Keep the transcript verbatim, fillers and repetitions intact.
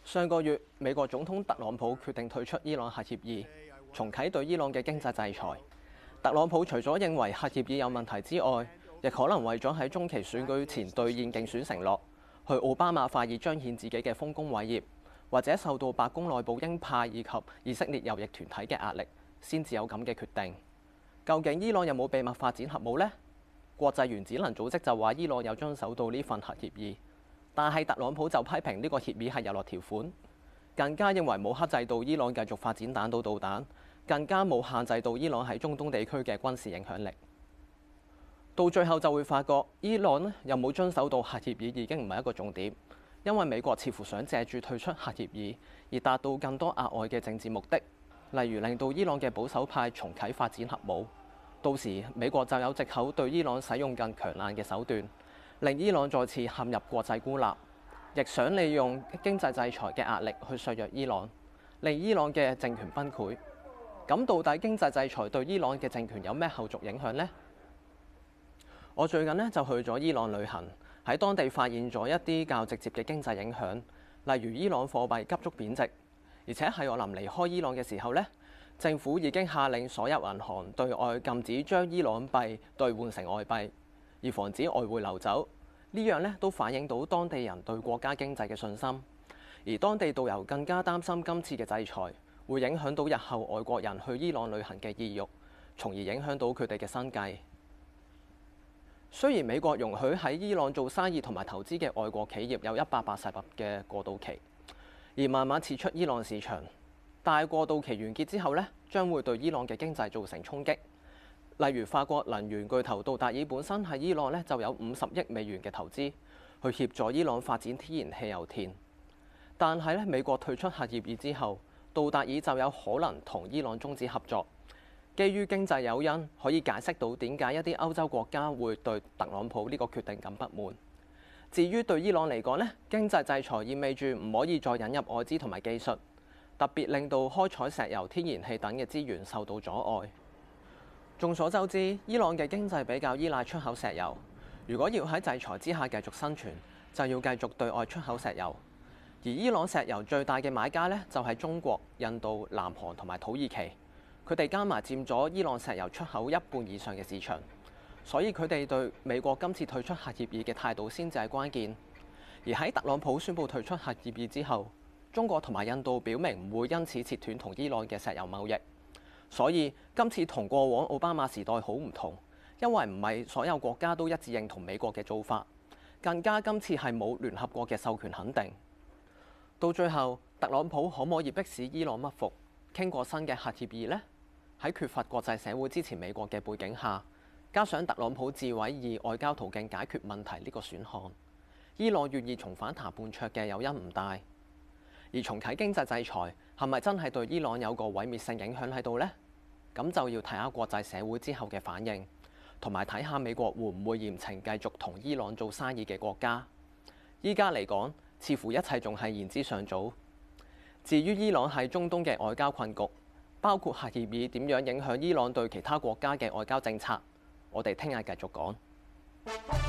上個月，美國總統特朗普決定退出伊朗核協議，重啟對伊朗嘅經濟制裁。特朗普除咗認為核協議有問題之外，亦可能為咗喺中期選舉前兌現競選承諾，去奧巴馬化以彰顯自己嘅豐功偉業，或者受到白宮內部鷹派以及以色列右翼團體嘅壓力，先至有咁嘅決定。究竟伊朗有冇秘密發展核武呢？國際原子能組織就話伊朗有遵守到呢份核協議。但係特朗普就批評呢個協議係有落條款，更加認為冇克制到伊朗繼續發展彈道導彈，更加冇限制到伊朗喺中東地區嘅軍事影響力。到最後就會發覺，伊朗呢有冇遵守到核協議已經唔係一個重點，因為美國似乎想借住退出核協議而達到更多額外嘅政治目的，例如令到伊朗嘅保守派重啟發展核武，到時美國就有藉口對伊朗使用更強硬嘅手段，令伊朗再次陷入國際孤立，亦想利用經濟制裁嘅壓力去削弱伊朗，令伊朗嘅政權崩潰。咁到底經濟制裁對伊朗嘅政權有咩後續影響呢？我最近呢就去咗伊朗旅行，喺當地發現咗一啲較直接嘅經濟影響，例如伊朗貨幣急速貶值，而且喺我臨離開伊朗嘅時候呢，政府已經下令所有銀行對外禁止將伊朗幣兌換成外幣，以防止外匯流走。呢樣咧都反映到當地人對國家經濟嘅信心，而當地導遊更加擔心今次嘅制裁會影響到日後外國人去伊朗旅行嘅意欲，從而影響到佢哋嘅生計。雖然美國容許喺伊朗做生意同埋投資嘅外國企業有一百八十日嘅過渡期，而慢慢撤出伊朗市場，但係過渡期完結之後呢，將會對伊朗嘅經濟造成衝擊。例如法國能源巨頭杜達爾本身喺伊朗呢就有五十億美元嘅投資，去協助伊朗發展天然氣油田。但係咧美國退出核協議之後，杜達爾就有可能同伊朗終止合作。基於經濟誘因，可以解釋到點解一啲歐洲國家會對特朗普呢個決定感不滿。至於對伊朗嚟講呢，經濟制裁意味住唔可以再引入外資同埋技術，特別令到開採石油、天然氣等嘅資源受到阻礙。眾所周知，伊朗嘅經濟比較依賴出口石油。如果要喺制裁之下繼續生存，就要繼續對外出口石油。而伊朗石油最大嘅買家呢，就係中國、印度、南韓同埋土耳其，佢哋加埋佔咗伊朗石油出口一半以上嘅市場。所以佢哋對美國今次退出核協議嘅態度先至係關鍵。而喺特朗普宣布退出核協議之後，中國同埋印度表明唔會因此切斷同伊朗嘅石油貿易。所以今次同過往奧巴馬時代好唔同，因為唔係所有國家都一致認同美國嘅做法，更加今次係冇聯合國嘅授權肯定。到最後，特朗普可唔可以迫使伊朗屈服，傾過新嘅核協議呢？喺缺乏國際社會支持美國嘅背景下，加上特朗普自毀以外交途徑解決問題呢個選項，伊朗願意重返談判桌嘅誘因唔大。而重啟經濟制裁係咪真係對伊朗有個毀滅性影響喺度呢？咁就要睇下國際社會之後嘅反應，同埋睇下美國會唔會嚴懲繼續同伊朗做生意嘅國家。依家嚟講，似乎一切仲係言之尚早。至於伊朗喺中東嘅外交困局，包括核協議點樣影響伊朗對其他國家嘅外交政策，我哋聽日繼續講。